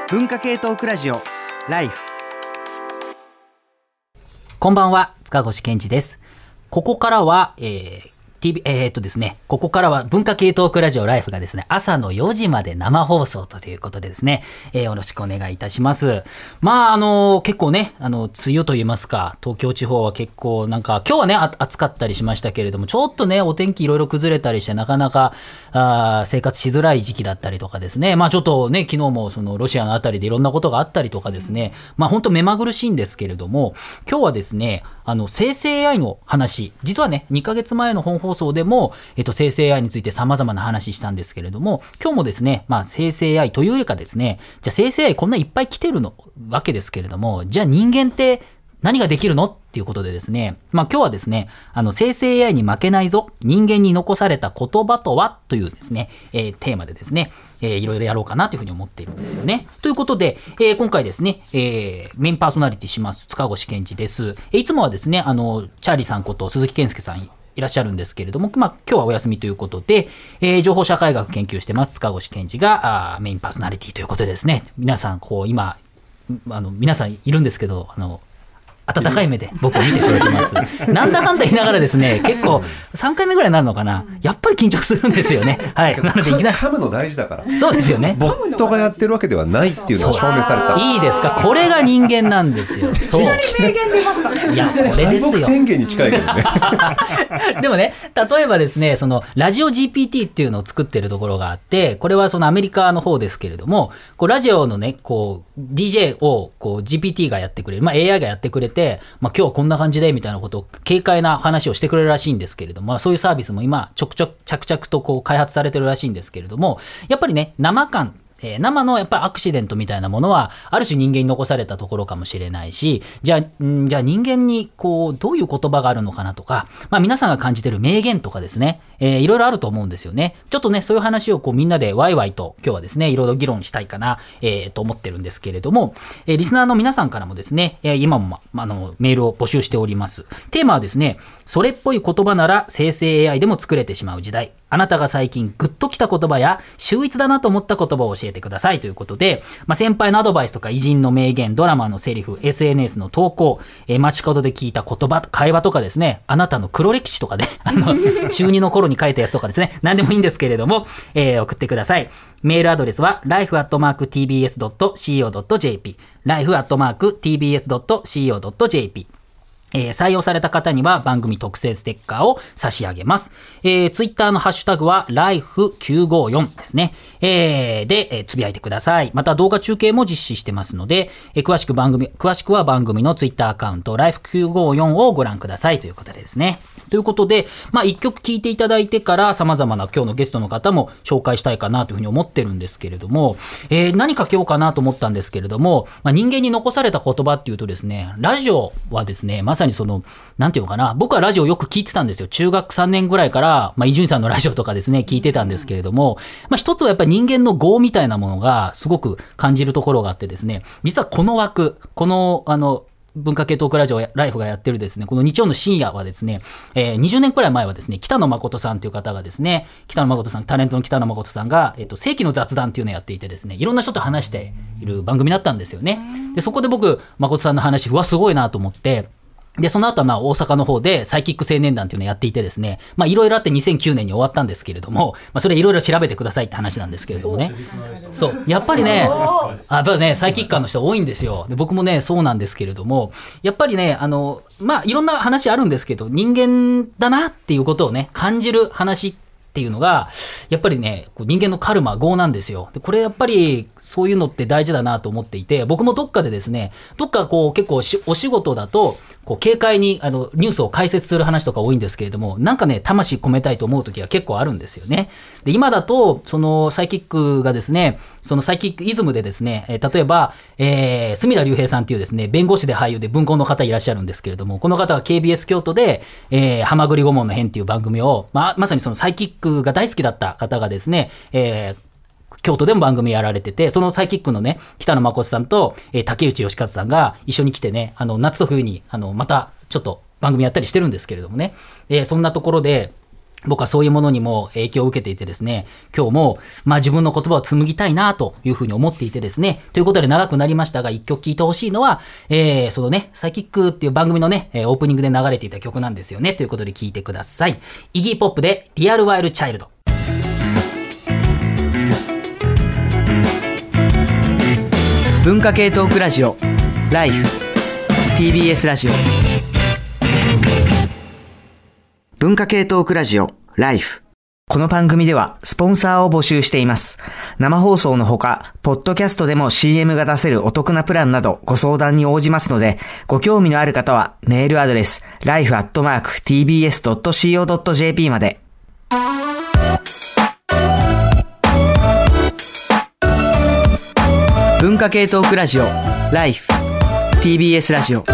文化系トークラジオライフ。 こんばんは、塚越健二です。ここからは、ですね、ここからは文化系トークラジオライフがですね、朝の4時まで生放送ということでですね、よろしくお願いいたします。結構ね、梅雨といいますか、東京地方は結構なんか、今日はね、暑かったりしましたけれども、ちょっとね、お天気いろいろ崩れたりして、なかなか生活しづらい時期だったりとかですね、ちょっとね、昨日もそのロシアのあたりでいろんなことがあったりとかですね、本当目まぐるしいんですけれども、今日はですね、生成 AI の話、実はね、2ヶ月前の本放送でも、生成 AI について様々な話したんですけれども、今日もですね、生成 AI というよりかですね、じゃあ生成 AI こんないっぱい来てるわけですけれども、じゃあ人間って何ができるのっていうことでですね、今日はですね、生成 AI に負けないぞ、人間に残された言葉とはというですね、テーマでですね、いろいろやろうかなというふうに思っているんですよね。ということで、今回ですね、メインパーソナリティします塚越健二です。いつもはですね、チャーリーさんこと鈴木健介さんいらっしゃるんですけれども、今日はお休みということで、情報社会学研究してます塚越健二がメインパーソナリティということでですね、皆さん今皆さんいるんですけど、温かい目で僕を見てくれてます。なんだかんだ言いながらですね、結構3回目ぐらいになるのかな、やっぱり緊張するんですよね。はい。なのでいきなり噛むの大事だから。 そうですよね。 ボットがやってるわけではないっていうのが証明された。 いいですか、これが人間なんですよ。そう。いきなり名言出ましたね。いや、これですよ。 敗北宣言に近いけどね。 でもね、例えばですね、そのラジオ GPT っていうのを作ってるところがあって、これはそのアメリカの方ですけれども、ラジオのね、DJ をGPT がやってくれる、AI がやってくれて、今日はこんな感じでみたいなことを軽快な話をしてくれるらしいんですけれども、そういうサービスも今着々と開発されてるらしいんですけれども、やっぱりね、生のやっぱりアクシデントみたいなものはある種人間に残されたところかもしれないし、じゃあ人間にどういう言葉があるのかなとか、皆さんが感じてる名言とかですね、いろいろあると思うんですよね。ちょっとね、そういう話をみんなでワイワイと今日はですね、いろいろ議論したいかな、と思ってるんですけれども、リスナーの皆さんからもですね、今もメールを募集しております。テーマはですね、それっぽい言葉なら生成 AI でも作れてしまう時代。あなたが最近グッときた言葉や秀逸だなと思った言葉を教えてくださいということで、先輩のアドバイスとか偉人の名言、ドラマのセリフ、SNS の投稿、街角で聞いた言葉、会話とかですね、あなたの黒歴史とかね、中2の頃に書いたやつとかですね、何でもいいんですけれども、送ってください。メールアドレスは life@tbs.co.jp life@tbs.co.jp。採用された方には番組特製ステッカーを差し上げます。ツイッターのハッシュタグは life954 ですね。で、つぶやいてください。また動画中継も実施してますので、詳しくは番組のツイッターアカウント life954 をご覧くださいということでですね。ということで、一曲聴いていただいてから様々な今日のゲストの方も紹介したいかなというふうに思ってるんですけれども、何かけようかなと思ったんですけれども、人間に残された言葉っていうとですね、ラジオはですね、まさになんていうのかな、僕はラジオよく聞いてたんですよ。中学3年ぐらいから、伊集院さんのラジオとかですね、聞いてたんですけれども、一つはやっぱり人間の業みたいなものがすごく感じるところがあってですね、実はこの枠、文化系トークラジオライフがやってるですね、この日曜の深夜はですね、20年くらい前はですね、北野誠さんという方がですね、タレントの北野誠さんが、世紀の雑談っていうのをやっていてですね、いろんな人と話している番組だったんですよね。で、そこで僕、誠さんの話、すごいなと思って、で、その後は大阪の方でサイキック青年団っていうのをやっていてですね、いろいろあって2009年に終わったんですけれども、それいろいろ調べてくださいって話なんですけれどもね。そう、やっぱりね、サイキッカーの人多いんですよ。で、僕もね、そうなんですけれども、やっぱりね、いろんな話あるんですけど、人間だなっていうことをね、感じる話っていうのが、やっぱりね、人間のカルマ、業なんですよ。で、これやっぱりそういうのって大事だなと思っていて、僕もどっか結構お仕事だと、軽快にニュースを解説する話とか多いんですけれども、なんかね、魂込めたいと思う時は結構あるんですよね。で、今だと、そのサイキックがですね、そのサイキックイズムでですね、例えば、隅田隆平さんっていうですね、弁護士で俳優で文庫の方いらっしゃるんですけれども、この方は KBS 京都で、はまぐり顧問の変っていう番組を、まさにそのサイキックが大好きだった方がですね、京都でも番組やられてて、そのサイキックのね、北野誠さんと、竹内義和さんが一緒に来てね、夏と冬にまたちょっと番組やったりしてるんですけれどもね、そんなところで僕はそういうものにも影響を受けていてですね、今日も、自分の言葉を紡ぎたいなというふうに思っていてですね、ということで長くなりましたが、一曲聴いてほしいのは、そのね、サイキックっていう番組のね、オープニングで流れていた曲なんですよね。ということで聴いてください。イギーポップでリアルワイルチャイルド。 文化系トークラジオライフ TBS ラジオ文化系トークラジオライフ。この番組ではスポンサーを募集しています。生放送のほかポッドキャストでも CM が出せるお得なプランなどご相談に応じますので、ご興味のある方はメールアドレス life@tbs.co.jp まで。文化系トークラジオライフ TBS ラジオ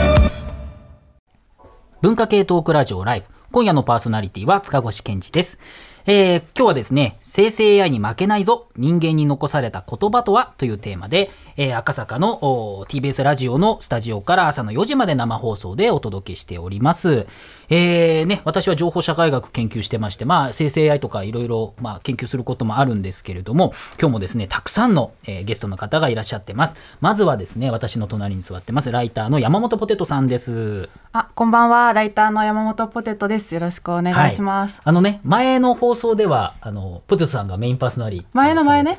文化系トークラジオライフ。今夜のパーソナリティは塚越健二です。今日はですね、生成 AI に負けないぞ、人間に残された言葉とはというテーマで、赤坂のTBS ラジオのスタジオから朝の4時まで生放送でお届けしております。私は情報社会学研究してまして、生成 AI とかいろいろ研究することもあるんですけれども、今日もですね、たくさんの、ゲストの方がいらっしゃってます。まずはですね、私の隣に座ってますライターの山本ポテトさんです。 こんばんは、ライターの山本ポテトです。よろしくお願いします。 前の放送ではポテトさんがメインパーソナリティ、 前の前か、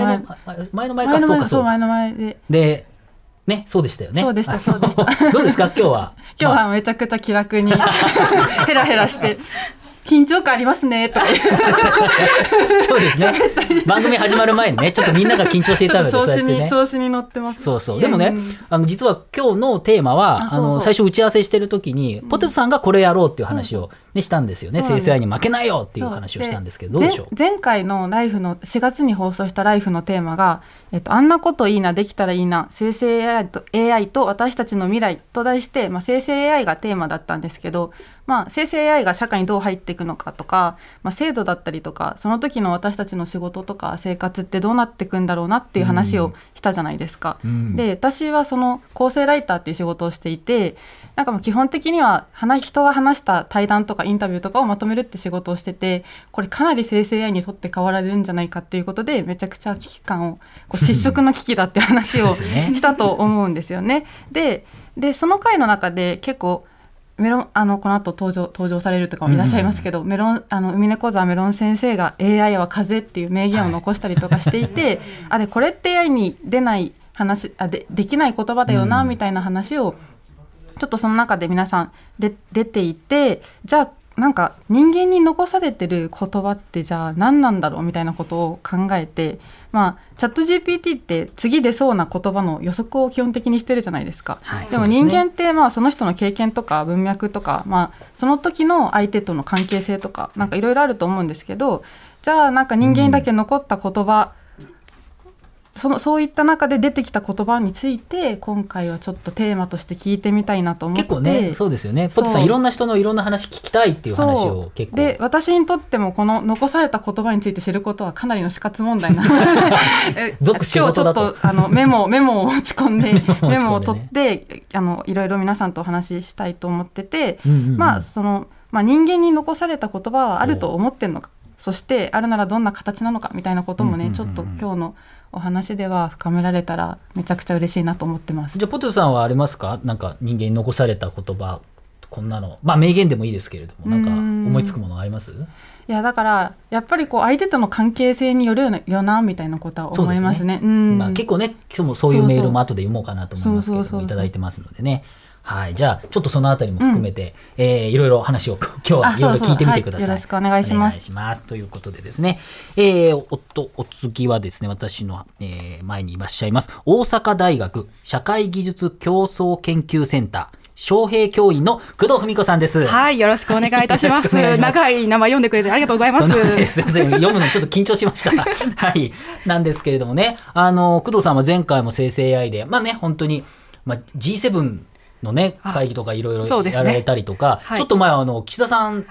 そう前の前でね、そうでしたよね。 そうでしたどうですか今日は。 今日はめちゃくちゃ気楽にヘラヘラして緊張感ありますねとかそうですね。番組始まる前にね、ちょっとみんなが緊張していたので、 調子に乗ってます。 そうでもね、実は今日のテーマは最初打ち合わせしてる時にポテトさんがこれやろうっていう話を、したんですよね。生成 AI に負けないよっていう話をしたんですけど、どうでしょう。 前回のライフの4月に放送したライフのテーマが、あんなこといいな、できたらいいな、生成 AI と私たちの未来と題して、生成 AI がテーマだったんですけど、生成 AI が社会にどう入っていくのかとか、制度だったりとか、その時の私たちの仕事とか生活ってどうなっていくんだろうなっていう話をしたじゃないですか。で、私はその構成ライターっていう仕事をしていて、基本的には人が話した対談とかインタビューとかをまとめるって仕事をしてて、これかなり生成 AI にとって変わられるんじゃないかっていうことで、めちゃくちゃ危機感を失職の危機だって話をしたと思うんですよね。でその回の中で結構この後登場されるとかもいらっしゃいますけど、海猫沢メロン先生が AI は風っていう名言を残したりとかしていて、これって AI に出ない話、できない言葉だよなみたいな話をちょっとその中で皆さん出ていて、じゃあ人間に残されてる言葉ってじゃあ何なんだろうみたいなことを考えて、チャット GPT って次出そうな言葉の予測を基本的にしてるじゃないですか。でも人間ってその人の経験とか文脈とか、その時の相手との関係性とかいろいろあると思うんですけど、じゃあ人間にだけ残った言葉、そういった中で出てきた言葉について今回はちょっとテーマとして聞いてみたいなと思って。 結構ね、そうですよね。ポテトさんいろんな人のいろんな話聞きたいっていう話を結構で、私にとってもこの残された言葉について知ることはかなりの死活問題な続仕事だと。 今日ちょっとメモを持ち込んでメモを取っていろいろ皆さんとお話ししたいと思ってて、人間に残された言葉はあると思ってんのか、そしてあるならどんな形なのかみたいなこともね、ちょっと今日のお話では深められたらめちゃくちゃ嬉しいなと思ってます。 じゃあポテトさんはありますか？人間に残された言葉、こんなの、名言でもいいですけれども、思いつくものあります？ いや、だからやっぱり相手との関係性によるよなみたいなことは思いますね。 結構ね、今日もそういうメールも後で読もうかなと思いますけども、いただいてますのでね。はい、じゃあちょっとそのあたりも含めて、いろいろ話を今日はいろいろ聞いてみてください。 よろしくお願いします。 お願いします。ということでですね、お次はですね、私の、前にいらっしゃいます大阪大学社会技術競争研究センター招聘教員の工藤文子さんです。 はい、よろしくお願いいたします。長い名前読んでくれてありがとうございます。 すいません、読むのちょっと緊張しましたはい、なんですけれどもね、工藤さんは前回も生成 AI で本当に、G7のね会議とかいろいろやられたりとか、ちょっと前岸田さんね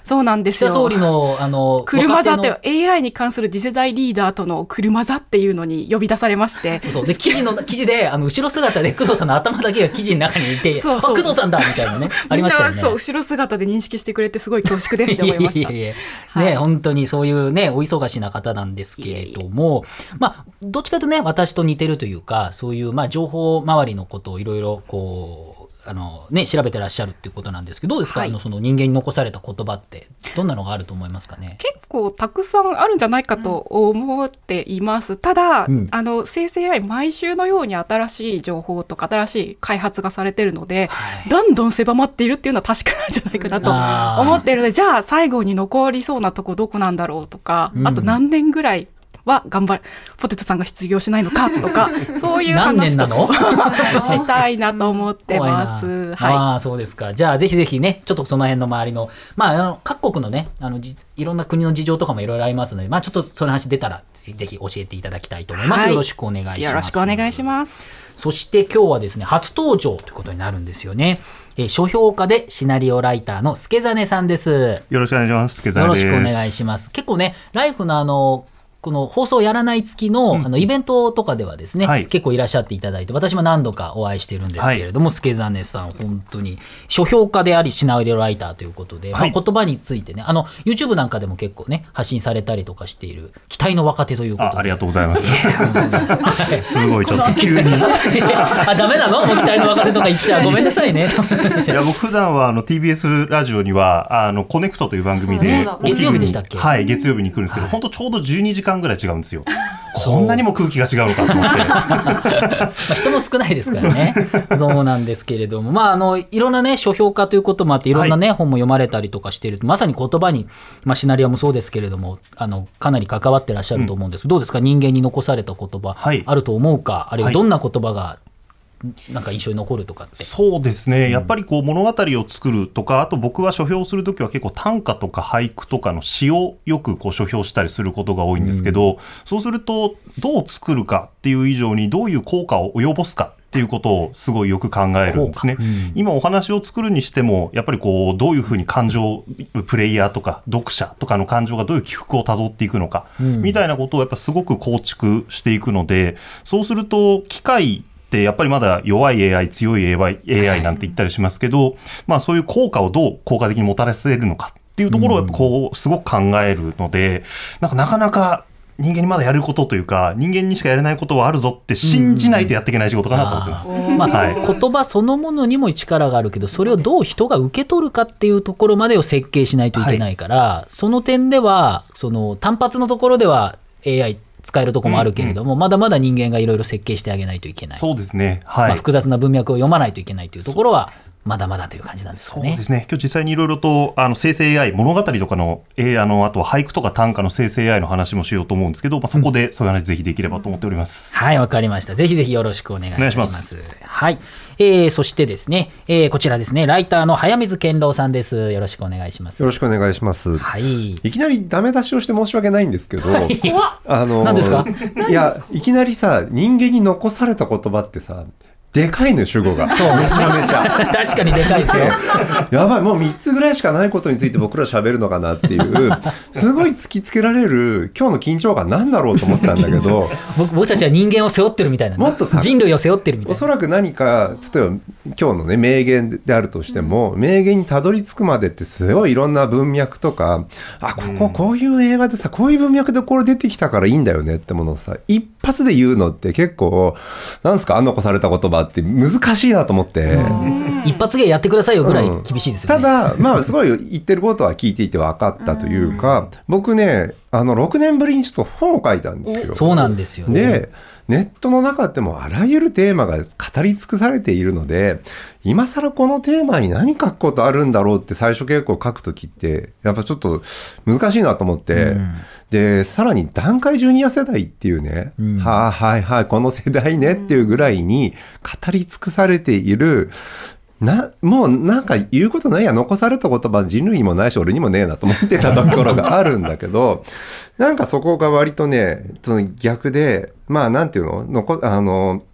そうなんですよ。 岸田総理の車座って AI に関する次世代リーダーとの車座っていうのに呼び出されまして、 そうで記事で後ろ姿で工藤さんの頭だけが記事の中にいてそう工藤さんだみたいなねありましたよね。 みんなそう後ろ姿で認識してくれてすごい恐縮ですって思いました。 ね、本当にそういうねお忙しな方なんですけれども、どっちかというとね私と似てるというかそういう情報周りのことをいろいろこう調べてらっしゃるっていうことなんですけど、どうですか、その人間に残された言葉ってどんなのがあると思いますかね。 結構たくさんあるんじゃないかと思っています。ただ、生成 AI 毎週のように新しい情報とか新しい開発がされてるので、どんどん狭まっているっていうのは確かなんじゃないかなと思っているので、じゃあ最後に残りそうなとこどこなんだろうとか、あと何年ぐらいは頑張るポテトさんが失業しないのかとかそういう話とかしたいなと思ってます。 そうですか。じゃあぜひぜひねちょっとその辺の周りの各国のねいろんな国の事情とかもいろいろありますので、ちょっとその話出たらぜひ教えていただきたいと思います。よろしくお願いします。 よろしくお願いします。 そして今日はですね初登場ということになるんですよね。書評家でシナリオライターの助真さんです。 よろしくお願いします。助真です。よろしくお願いします。 結構ねライフのこの放送やらない月の、イベントとかではですね、結構いらっしゃっていただいて私も何度かお会いしてるんですけれども、助真さん本当に書評家でありシナリオライターということで、言葉についてねYouTube なんかでも結構ね発信されたりとかしている期待の若手ということでありがとうございますすごいちょっと急にダメなのもう期待の若手とか言っちゃうごめんなさいねいや僕普段はTBS ラジオにはコネクトという番組で月曜日でしたっけ。 はい月曜日に来るんですけど、本当ちょうど12時間ぐらい違うんですよ。こんなにも空気が違うのかと思って人も少ないですからねそうなんですけれども、いろんなね書評家ということもあっていろんなね、本も読まれたりとかしているまさに言葉に、シナリオもそうですけれどもかなり関わってらっしゃると思うんです、どうですか人間に残された言葉、あると思うか、あるいはどんな言葉がなんか印象に残るとかって。 そうですね、やっぱりこう物語を作るとか、あと僕は書評するときは結構短歌とか俳句とかの詩をよくこう書評したりすることが多いんですけど、そうするとどう作るかっていう以上にどういう効果を及ぼすかっていうことをすごいよく考えるんですね。今お話を作るにしてもやっぱりこうどういうふうに感情プレイヤーとか読者とかの感情がどういう起伏をたどっていくのか、みたいなことをやっぱすごく構築していくので、そうすると機械ってやっぱりまだ弱い AI 強い AI なんて言ったりしますけど、そういう効果をどう効果的にもたらせるのかっていうところをやっぱこうすごく考えるので、なかなか人間にまだやることというか人間にしかやれないことはあるぞって信じないとやっていけない仕事かなと思ってます。 言葉そのものにも力があるけどそれをどう人が受け取るかっていうところまでを設計しないといけないから、その点ではその単発のところでは AI使えるところもあるけれども、まだまだ人間がいろいろ設計してあげないといけない。 そうですね、 複雑な文脈を読まないといけないというところはまだまだという感じなんですかね。 そうですね。今日実際にいろいろと生成 AI 物語とかの、あとは俳句とか短歌の生成 AI の話もしようと思うんですけど、そこでそういう話ぜひできればと思っております。 はい、わかりました。ぜひぜひよろしくお願いいたします。はい、そしてですね、こちらですねライターの早水健郎さんです。よろしくお願いします。 よろしくお願いします。はい。いきなりダメ出しをして申し訳ないんですけど、 何ですか。 いやいきなりさ人間に残された言葉ってさ。でかいのよ主語が。そうめちゃめちゃ確かにでかいですよやばいもう3つぐらいしかないことについて僕ら喋るのかなっていうすごい突きつけられる今日の緊張感なんだろうと思ったんだけど僕たちは人間を背負ってるみたいな、 もっとさ人類を背負ってるみたいな。おそらく何か例えば今日のね名言であるとしても、名言にたどり着くまでってすごいいろんな文脈とかこういう映画でさこういう文脈でこれ出てきたからいいんだよねってものをさ一発で言うのって結構なんすか残された言葉って難しいなと思って、 一発芸やってくださいよぐらい厳しいですよね。 ただすごい言ってることは聞いていて分かったというか、僕ね6年ぶりにちょっと本を書いたんですよ。 そうなんですよね。 でネットの中でもあらゆるテーマが語り尽くされているので、今更このテーマに何書くことあるんだろうって最初結構書くときってやっぱちょっと難しいなと思って、でさらに団塊ジュニア世代っていうね、はいこの世代ねっていうぐらいに語り尽くされているもうなんか言うことないや残された言葉人類にもないし俺にもねえなと思ってたところがあるんだけどなんかそこが割とねその逆でなんていうの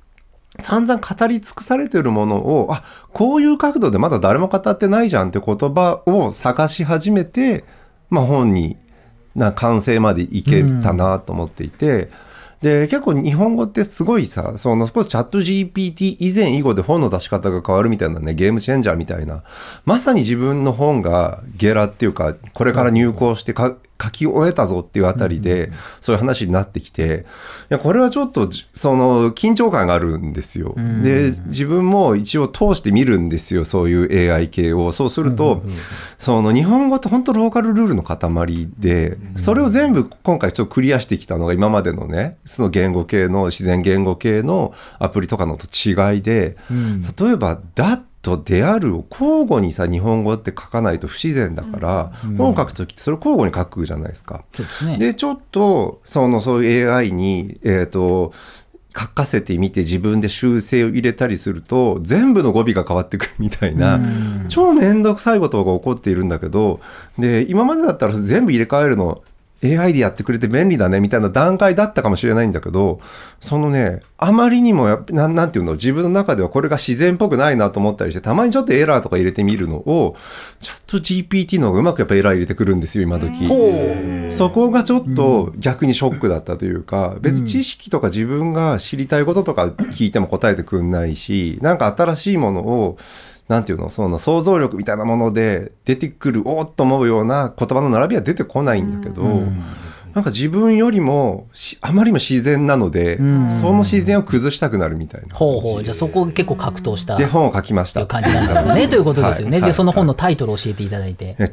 散々語り尽くされてるものを、こういう角度でまだ誰も語ってないじゃんって言葉を探し始めて、本に完成までいけたなと思っていて、で結構日本語ってすごいさ、そこチャット GPT 以前以後で本の出し方が変わるみたいなね、ゲームチェンジャーみたいな、まさに自分の本がゲラっていうか、これから入稿して書き終えたぞっていうあたりで、そういう話になってきて、いやこれはちょっと緊張感があるんですよ。で自分も一応通して見るんですよ、そういう AI 系を。そうすると、日本語って本当ローカルルールの塊で、それを全部今回ちょっとクリアしてきたのが今までのね、その言語系の自然言語系のアプリとかのと違いで、例えばthatとであるを交互にさ、日本語って書かないと不自然だから、本を書くときってそれを交互に書くじゃないですか。 そうですね。 でちょっとそういう AI に書かせてみて自分で修正を入れたりすると全部の語尾が変わってくるみたいな、超めんどくさいことが起こっているんだけど、で今までだったら全部入れ替えるのAI でやってくれて便利だねみたいな段階だったかもしれないんだけど、あまりにもなんていうの、自分の中ではこれが自然っぽくないなと思ったりして、たまにちょっとエラーとか入れてみるのをチャット GPT の方がうまくやっぱエラー入れてくるんですよ今時。そこがちょっと逆にショックだったというか、別に知識とか自分が知りたいこととか聞いても答えてくんないし、なんか新しいものをなんていうの、想像力みたいなもので出てくるおっと思うような言葉の並びは出てこないんだけど、なんか自分よりもあまりにも自然なので、その自然を崩したくなるみたいな。 じゃあそこ結構格闘したで本を書きましたという感じなんですかねということですよね。じゃあその本のタイトルを教えていただいて。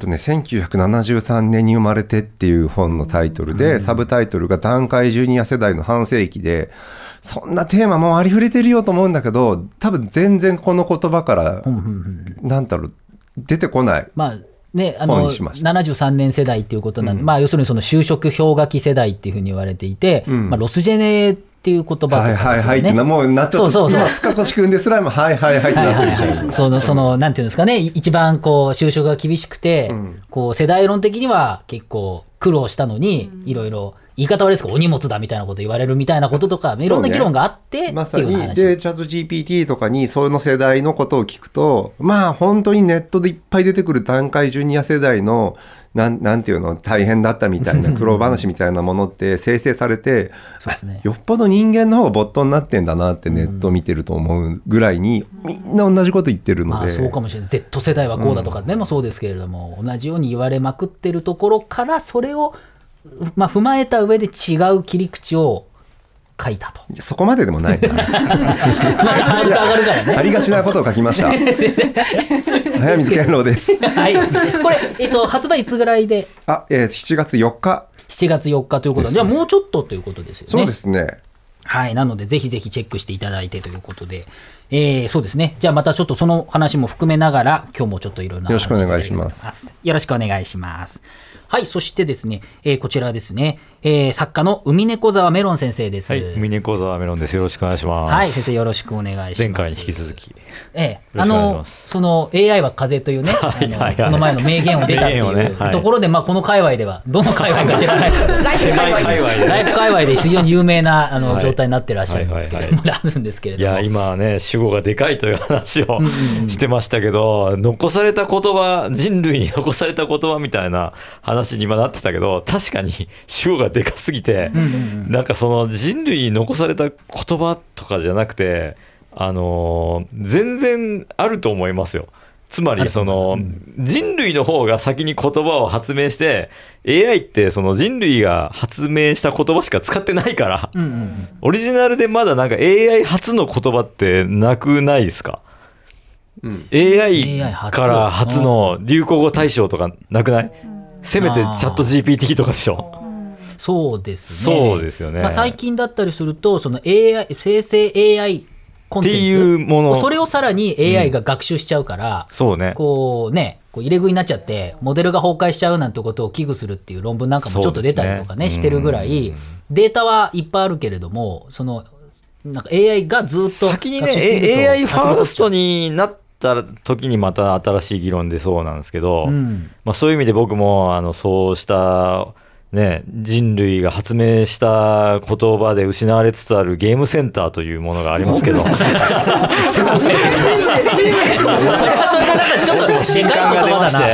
1973年に生まれてっていう本のタイトルで、サブタイトルが団塊ジュニア世代の半世紀で、そんなテーマもありふれてるよと思うんだけど、多分全然この言葉からなんだろう出てこない。 73年世代っていうことなんで、要するにその就職氷河期世代っていうふうに言われていて、ロスジェネっていう言葉とかですよね。 もうちょっと塚越くんですらもってなってるじゃん。 そのなんていうんですかね、一番就職が厳しくて、世代論的には結構苦労したのに、いろいろ言い方悪いですけどお荷物だみたいなこと言われるみたいなこととか、いろんな議論があってっていう話。 まさにでチャット GPT とかにその世代のことを聞くと、本当にネットでいっぱい出てくる団塊ジュニア世代のなんていうの大変だったみたいな苦労話みたいなものって生成されてよっぽど人間の方がボットになってんだなってネット見てると思うぐらいにみんな同じこと言ってるので、 そうかもしれない。 Z 世代はこうだとかね、もそうですけれども、同じように言われまくってるところから、それを踏まえた上で違う切り口を書いたと。 そこまででもないなありがちなことを書きました早水健郎です。 はい、これ、発売いつぐらいで 7月4日 7月4日ということで、じゃあもうちょっとということですよね。 そうですね。 はい、なのでぜひぜひチェックしていただいてということで、そうですね。じゃあまたちょっとその話も含めながら、今日もちょっといろいろな話をよろしくお願いします。 よろしくお願いします。はい、そしてですね、こちらですね、作家の海猫沢メロン先生です。 はい、海猫沢メロンです。よろしくお願いします。 はい、先生よろしくお願いします。 前回に引き続き。 その AI は風というね、この前の名言を出たっていうところで、この界隈ではどの界隈か知らないですけど、ライフ界隈で非常に有名な状態になってらっしゃるんですけれども、あるんですけれども、 いや今ね主語がでかいという話をしてましたけど、残された言葉、人類に残された言葉みたいな話に今なってたけど、確かに主語がでかすぎて、なんかその人類に残された言葉とかじゃなくて、全然あると思いますよ。つまりその人類の方が先に言葉を発明して、 AI ってその人類が発明した言葉しか使ってないから、オリジナルでまだなんか AI 初の言葉ってなくないですか？AI から初の流行語大賞とかなくない？せめてチャット GPT とかでしょ。 そうですね。 そうですよね。 最近だったりすると、その AI 生成 AI コンテンツっていうもの、それをさらに AI が学習しちゃうから、 そうね、 こう入れ食いになっちゃってモデルが崩壊しちゃうなんてことを危惧するっていう論文なんかもちょっと出たりとかねしてるぐらい、データはいっぱいあるけれども、そのなんか AI がずっと先にね AI ファーストになった時にまた新しい議論出そうなんですけど、そういう意味で僕もそうしたね、人類が発明した言葉で失われつつあるゲームセンターというものがありますけどそれはそれがなんかちょっとでかい言葉だ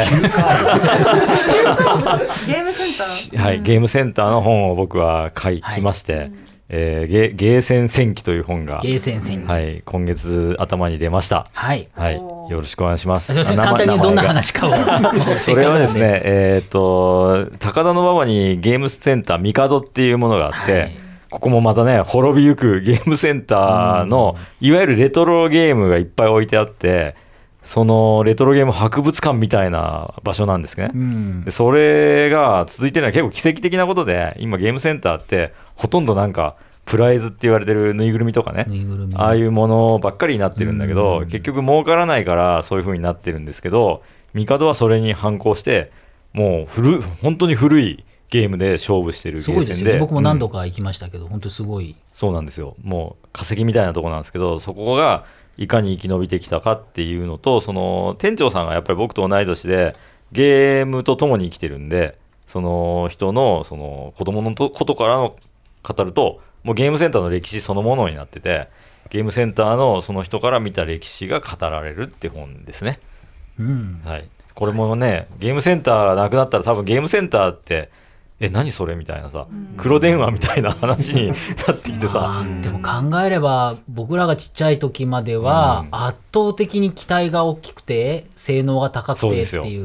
なゲームセンター、 はい、ゲームセンターの本を僕は書きまして、ゲーセン戦記という本が、 ゲーセン戦記、 はい、今月頭に出ました。 はい、 はい、よろしくお願いします。 簡単にどんな話かをそれはですね、高田馬場にゲームセンターミカドっていうものがあって、はい、ここもまたね滅びゆくゲームセンターのいわゆるレトロゲームがいっぱい置いてあって、そのレトロゲーム博物館みたいな場所なんですね、でそれが続いてるのは結構奇跡的なことで、今ゲームセンターってほとんどなんかプライズって言われてるぬいぐるみとかね、ああいうものばっかりになってるんだけど、結局儲からないからそういう風になってるんですけど、ミカドはそれに反抗してもう本当に古いゲームで勝負してるゲーセンすごいですよね。僕も何度か行きましたけど、本当にすごい。 そうなんですよ。もう化石みたいなところなんですけど、そこがいかに生き延びてきたかっていうのと、その店長さんがやっぱり僕と同い年でゲームと共に生きてるんで、その人のその子供のことからの語ると、もうゲームセンターの歴史そのものになってて、ゲームセンターのその人から見た歴史が語られるって本ですね、はい、これもね、ゲームセンターがなくなったら多分ゲームセンターって何それみたいなさ、黒電話みたいな話になってきてさ、 でも考えれば僕らがちっちゃい時までは圧倒的に機体が大きくて性能が高くてっていう、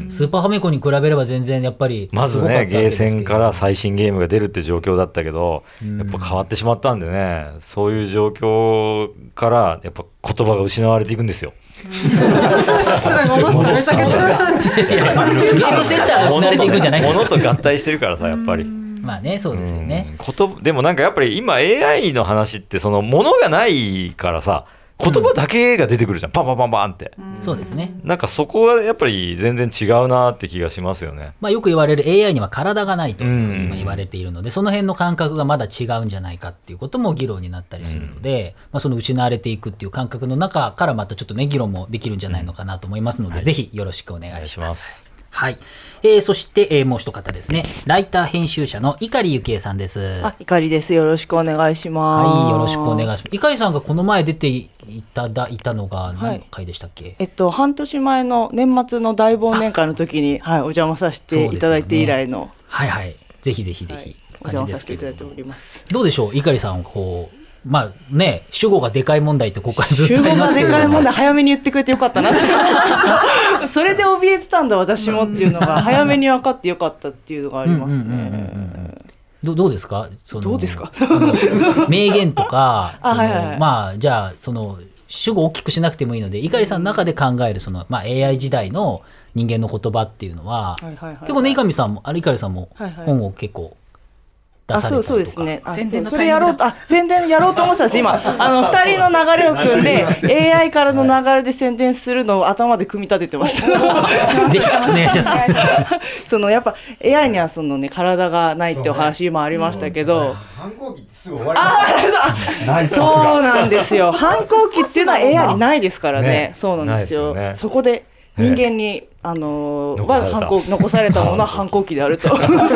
スーパーファミコンに比べれば全然やっぱりまずね、ゲーセンから最新ゲームが出るって状況だったけど、やっぱ変わってしまったんでね、そういう状況からやっぱ言葉が失われていくんですよ。 すごい戻しためちゃくちゃゲームセンターが失われていくんじゃないですか。 物と合体してるからさ、やっぱり。 まあね、そうですよね。 でもなんかやっぱり今 AI の話ってその物がないからさ、言葉だけが出てくるじゃん、パンパンパンパンって、 そうですね。 なんかそこはやっぱり全然違うなって気がしますよね。 まあ、よく言われる AI には体がないと今言われているので、その辺の感覚がまだ違うんじゃないかっていうことも議論になったりするので、まあ、その失われていくっていう感覚の中からまたちょっとね議論もできるんじゃないのかなと思いますので、ぜひよろしくお願いします。はい、そして、もう一方ですね、ライター編集者の碇幸恵さんです。 碇です。よろしくお願いします。 はい、よろしくお願いします。碇さんがこの前出ていただいたのが何の回でしたっけ？ 半年前の年末の大忘年会の時に、お邪魔させていただいて以来の、 はいはい、ぜひぜひぜひ、 お邪魔させていただいております。 どうでしょう、碇さん、こうまあね、主語がでかい問題ってここからずっとありますけど、 主語がでかい問題早めに言ってくれてよかったなってそれで怯えてたんだ私もっていうのが早めに分かってよかったっていうのがありますね。 どうですか？ どうですか？ 名言とかまあじゃあその主語を大きくしなくてもいいので、碇さんの中で考えるその、AI 時代の人間の言葉っていうのは、結構ね、碇さんも本を結構出されたりとか。 そうですね。それやろうと宣伝やろうと思ってたんです。今2人の流れを組んでAI からの流れで宣伝するのを頭で組み立ててました。 ぜひお願いします。 やっぱ AI にはそのね体がないってお話今ありましたけど、 反抗期ってすぐ終わります。 そうなんですよ。反抗期っていうのは AI にないですからね。そうなんですよ。そこで人間に残されたものは反抗期であると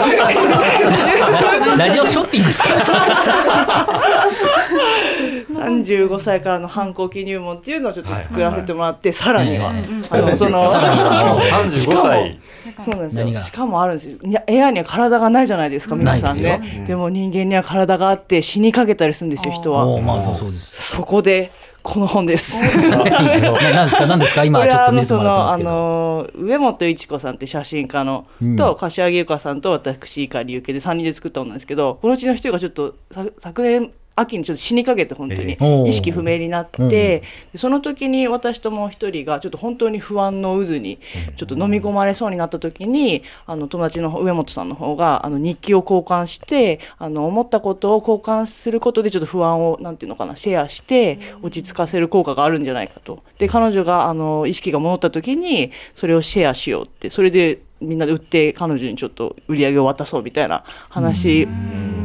ラジオショッピングですか 35歳からの反抗期入門っていうのをちょっと作らせてもらって、さらには 35歳そうなんですよ。しかもあるんですよ。AI には体がないじゃないですか、皆さんね。でも人間には体があって死にかけたりするんですよ、人は。そこでこの本です。 何ですか今ちょっと見せてもらってますけど、 上本一子さんって写真家の、と柏木由香さんと私碇幸恵で3人で作った本なんですけど、このうちの1人がちょっと昨年秋にちょっと死にかけて本当に意識不明になって、その時に私ともう一人がちょっと本当に不安の渦にちょっと飲み込まれそうになった時に、友達の上本さんの方が日記を交換して、思ったことを交換することでちょっと不安をなんていうのかな、シェアして落ち着かせる効果があるんじゃないかと。で彼女が意識が戻った時にそれをシェアしようって、それでみんなで売って彼女にちょっと売り上げを渡そうみたいな話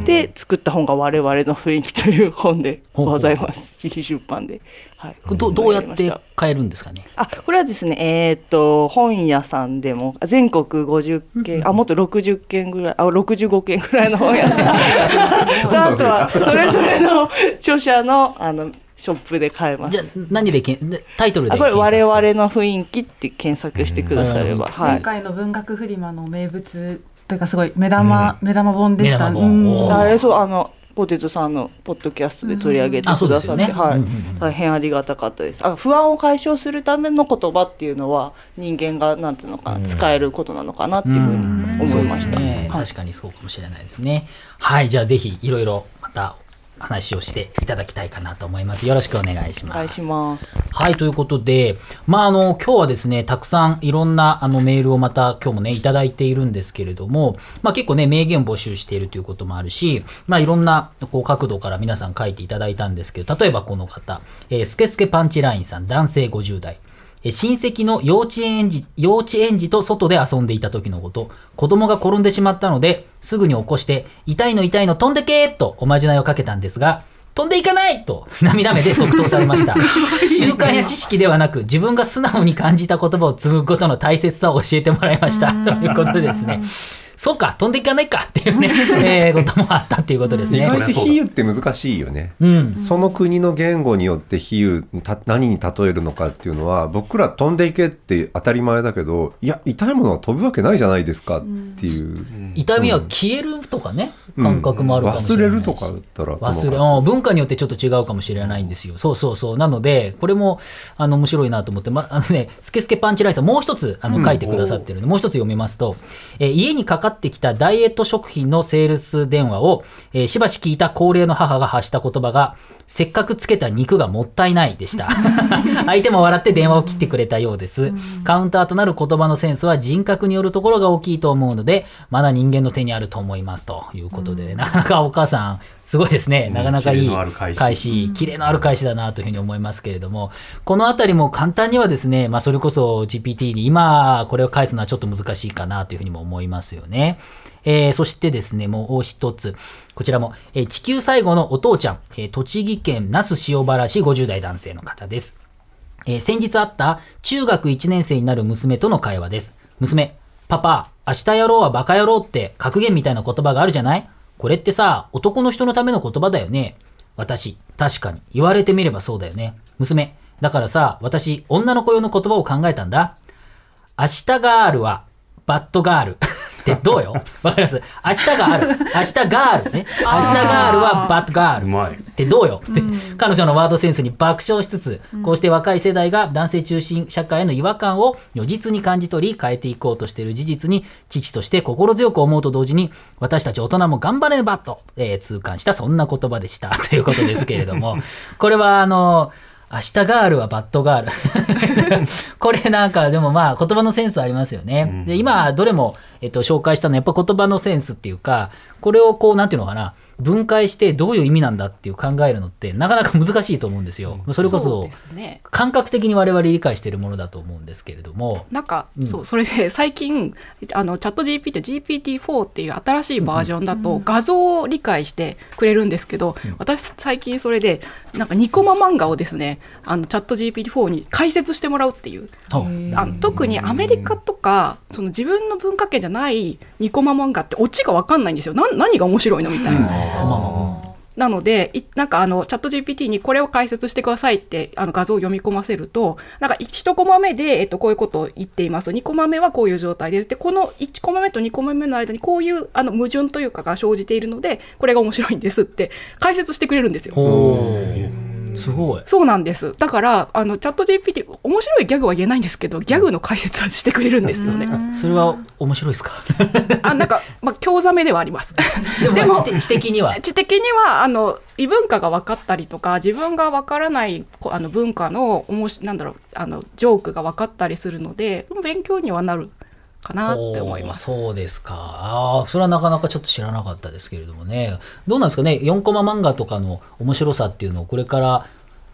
で作った本が我々の雰囲気という本でございます。自費出版で、はい、 どうやって買えるんですかね。 これはですね、本屋さんでも全国50軒、もっと60軒ぐらい、65軒ぐらいの本屋さんあとはそれぞれの著者のショップで買えます。 じゃあ何でタイトルでこれ我々の雰囲気って検索してくだされば、 前回の文学フリマの名物というかすごい目玉本でした。 ポテトさんのポッドキャストで取り上げてくださって、大変ありがたかったです。不安を解消するための言葉っていうのは人間がなんつうのか使えることなのかなっていうふうに思いました。 確かにそうかもしれないですね。はい、じゃあぜひいろいろまた話をしていただきたいかなと思います。よろしくお願いします。 お願いします。 はい、ということで、今日はですね、たくさんいろんなメールをまた今日もね、いただいているんですけれども、結構ね、名言を募集しているということもあるし、いろんな角度から皆さん書いていただいたんですけど、例えばこの方、スケスケパンチラインさん、男性50代。親戚の幼稚園児と外で遊んでいた時のこと、子供が転んでしまったのですぐに起こして痛いの飛んでけーとおまじないをかけたんですが、飛んでいかないと涙目で即答されました。習慣や知識ではなく自分が素直に感じた言葉を紡ぐことの大切さを教えてもらいましたということでですね、そうか飛んでいかないかっていうね、こともあったっていうことですね。 意外と比喩って難しいよね、その国の言語によって比喩何に例えるのかっていうのは、僕ら飛んでいけって当たり前だけど、いや痛いものは飛ぶわけないじゃないですかっていう、 痛みは消えるとかね、感覚もあるかもしれないし、 忘れるとかだったら文化によってちょっと違うかもしれないんですよ。そうなのでこれも面白いなと思って、スケスケパンチラインさんもう一つ書いてくださってるので、もう一つ読みますと、家にかかってきたダイエット食品のセールス電話を、しばし聞いた高齢の母が発した言葉が、せっかくつけた肉がもったいないでした。相手も笑って電話を切ってくれたようです。カウンターとなる言葉のセンスは人格によるところが大きいと思うので、まだ人間の手にあると思いますということで、なかなかお母さんすごいですね。なかなかいい返し、キレのある返しだなというふうに思いますけれども、このあたりも簡単にはですね、それこそ GPT に今これを返すのはちょっと難しいかなというふうにも思いますよね。そしてですね、もう一つ、こちらも、地球最後のお父ちゃん、栃木県那須塩原市50代男性の方です。先日あった中学1年生になる娘との会話です。娘、パパ、明日やろうはバカ野郎って格言みたいな言葉があるじゃない？これってさ、男の人のための言葉だよね。私、確かに言われてみればそうだよね。娘、だからさ、私、女の子用の言葉を考えたんだ。明日ガールはバッドガール。ってどうよ？わかります？明日がある。明日ガールね。明日ガールはバッドガール。ってどうよ？って彼女のワードセンスに爆笑しつつ、こうして若い世代が男性中心社会への違和感を如実に感じ取り変えていこうとしている事実に父として心強く思うと同時に、私たち大人も頑張ればと、痛感したそんな言葉でしたということですけれども、これは明日ガールはバッドガールこれなんかでも言葉のセンスありますよね、で今どれも、紹介したのはやっぱ言葉のセンスっていうか、これをなんていうのかな、分解してどういう意味なんだっていう考えるのってなかなか難しいと思うんですよ。それこそ感覚的に我々理解しているものだと思うんですけれども、 それで最近チャット GPT、GPT4 っていう新しいバージョンだと画像を理解してくれるんですけど、私最近それで2コマ漫画をですね、チャット GPT4 に解説してもらうっていう、特にアメリカとかその自分の文化圏じゃない2コマ漫画ってオチが分かんないんですよ。何が面白いのみたいな。なのでチャット GPT にこれを解説してくださいって画像を読み込ませると、1コマ目で、こういうことを言っています、2コマ目はこういう状態です、でこの1コマ目と2コマ目の間にこういう矛盾というかが生じているのでこれが面白いんですって解説してくれるんですよ。 すごい。 そうなんです。だからチャット GPT 面白いギャグは言えないんですけど、ギャグの解説はしてくれるんですよね。 それは面白いですか？ 興ざめではありますでも知的には異文化が分かったりとか、自分が分からない文化のジョークが分かったりするので勉強にはなるかなって思います。 そうですか。それはなかなかちょっと知らなかったですけれどもね。どうなんですかね、4コマ漫画とかの面白さっていうのをこれから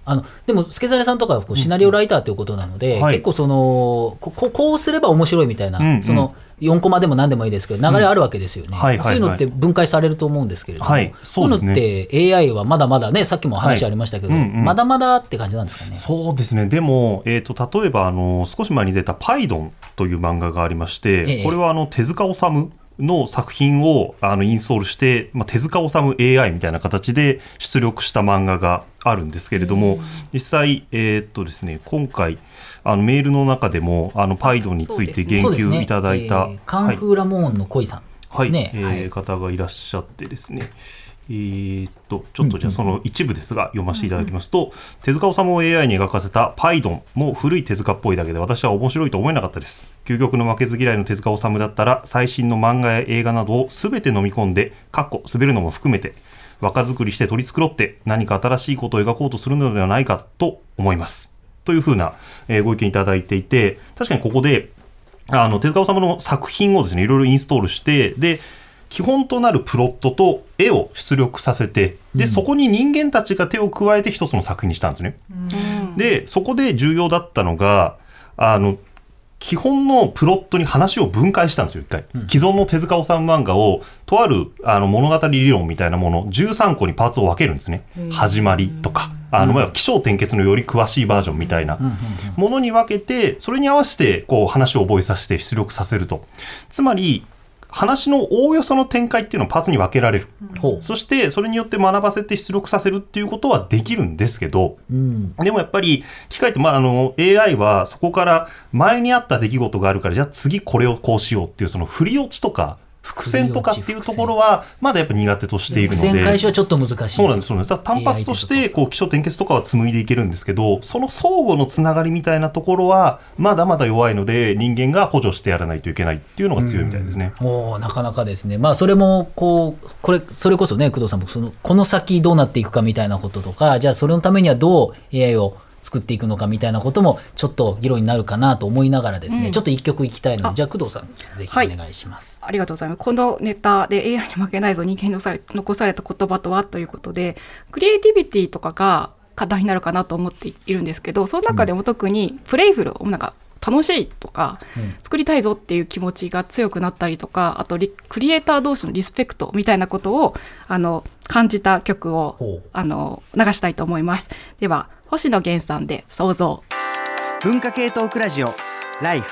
でも助真さんとかはこうシナリオライターということなので、結構そのこうすれば面白いみたいな、その4コマでも何でもいいですけど流れあるわけですよね、そういうのって分解されると思うんですけれども、そういうのって AI はまだまだね、さっきも話ありましたけど、まだまだって感じなんですかね。 そうですね。でも、例えば少し前に出たパイドンという漫画がありまして、これは手塚治虫の作品をインストールして、手塚治虫 AI みたいな形で出力した漫画があるんですけれども、実際、ですね、今回メールの中でもパイドンについて言及いただいた、 カンフーラモーンの恋さんですね、 方がいらっしゃってですね、ちょっとじゃあその一部ですが読ませていただきますと、手塚治虫を AI に描かせたパイドンも古い手塚っぽいだけで私は面白いと思えなかったです。究極の負けず嫌いの手塚治虫だったら最新の漫画や映画などを全て飲み込んで滑るのも含めて若作りして取り繕って何か新しいことを描こうとするのではないかと思いますというふうなご意見いただいていて、確かにここで手塚治虫の作品をですねいろいろインストールして、で基本となるプロットと絵を出力させて、でそこに人間たちが手を加えて一つの作品にしたんですね。でそこで重要だったのが基本のプロットに話を分解したんですよ。一回既存の手塚治虫漫画をとある物語理論みたいなもの13個にパーツを分けるんですね。始まりとか起承転結のより詳しいバージョンみたいなものに分けて、それに合わせてこう話を覚えさせて出力させると。つまり話のおおよその展開っていうのをパーツに分けられる、そしてそれによって学ばせて出力させるっていうことはできるんですけど、でもやっぱり機械って、AI はそこから前にあった出来事があるから、じゃあ次これをこうしようっていうその振り落ちとか伏線とかっていうところはまだやっぱ苦手としているので、 伏線回収はちょっと難しい。 そうなんです。単発としてこう起承転結とかは紡いでいけるんですけど、その相互のつながりみたいなところはまだまだ弱いので、人間が補助してやらないといけないっていうのが強いみたいですね。 なかなかですね。それもそれこそね、工藤さんもこの先どうなっていくかみたいなこととか、じゃあそれのためにはどう AI を作っていくのかみたいなこともちょっと議論になるかなと思いながらですね、ちょっと一曲いきたいので、じゃあ工藤さんぜひお願いします。 ありがとうございます。このネタで AI に負けないぞ、人間に残された言葉とはということで、クリエイティビティとかが課題になるかなと思っているんですけど、その中でも特にプレイフル、なんか楽しいとか、作りたいぞっていう気持ちが強くなったりとか、あとクリエイター同士のリスペクトみたいなことを感じた曲を流したいと思います。では星野源さんで想像。 文化系トークラジオライフ、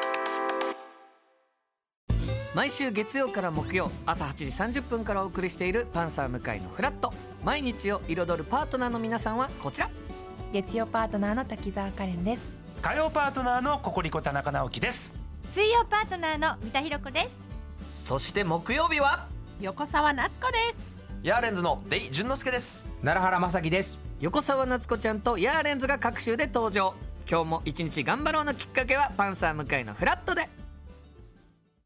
毎週月曜から木曜朝8時30分からお送りしているパンサー向井のフラット。毎日を彩るパートナーの皆さんはこちら。 月曜パートナーの滝沢カレンです。 火曜パートナーのココリコ田中直樹です。 水曜パートナーの三田寛子です。 そして木曜日は横澤夏子です。 ヤーレンズのデイ淳之介です。 奈良原正樹です。 横澤夏子ちゃんとヤーレンズが各週で登場。今日も一日頑張ろうのきっかけはパンサー向井のフラットで。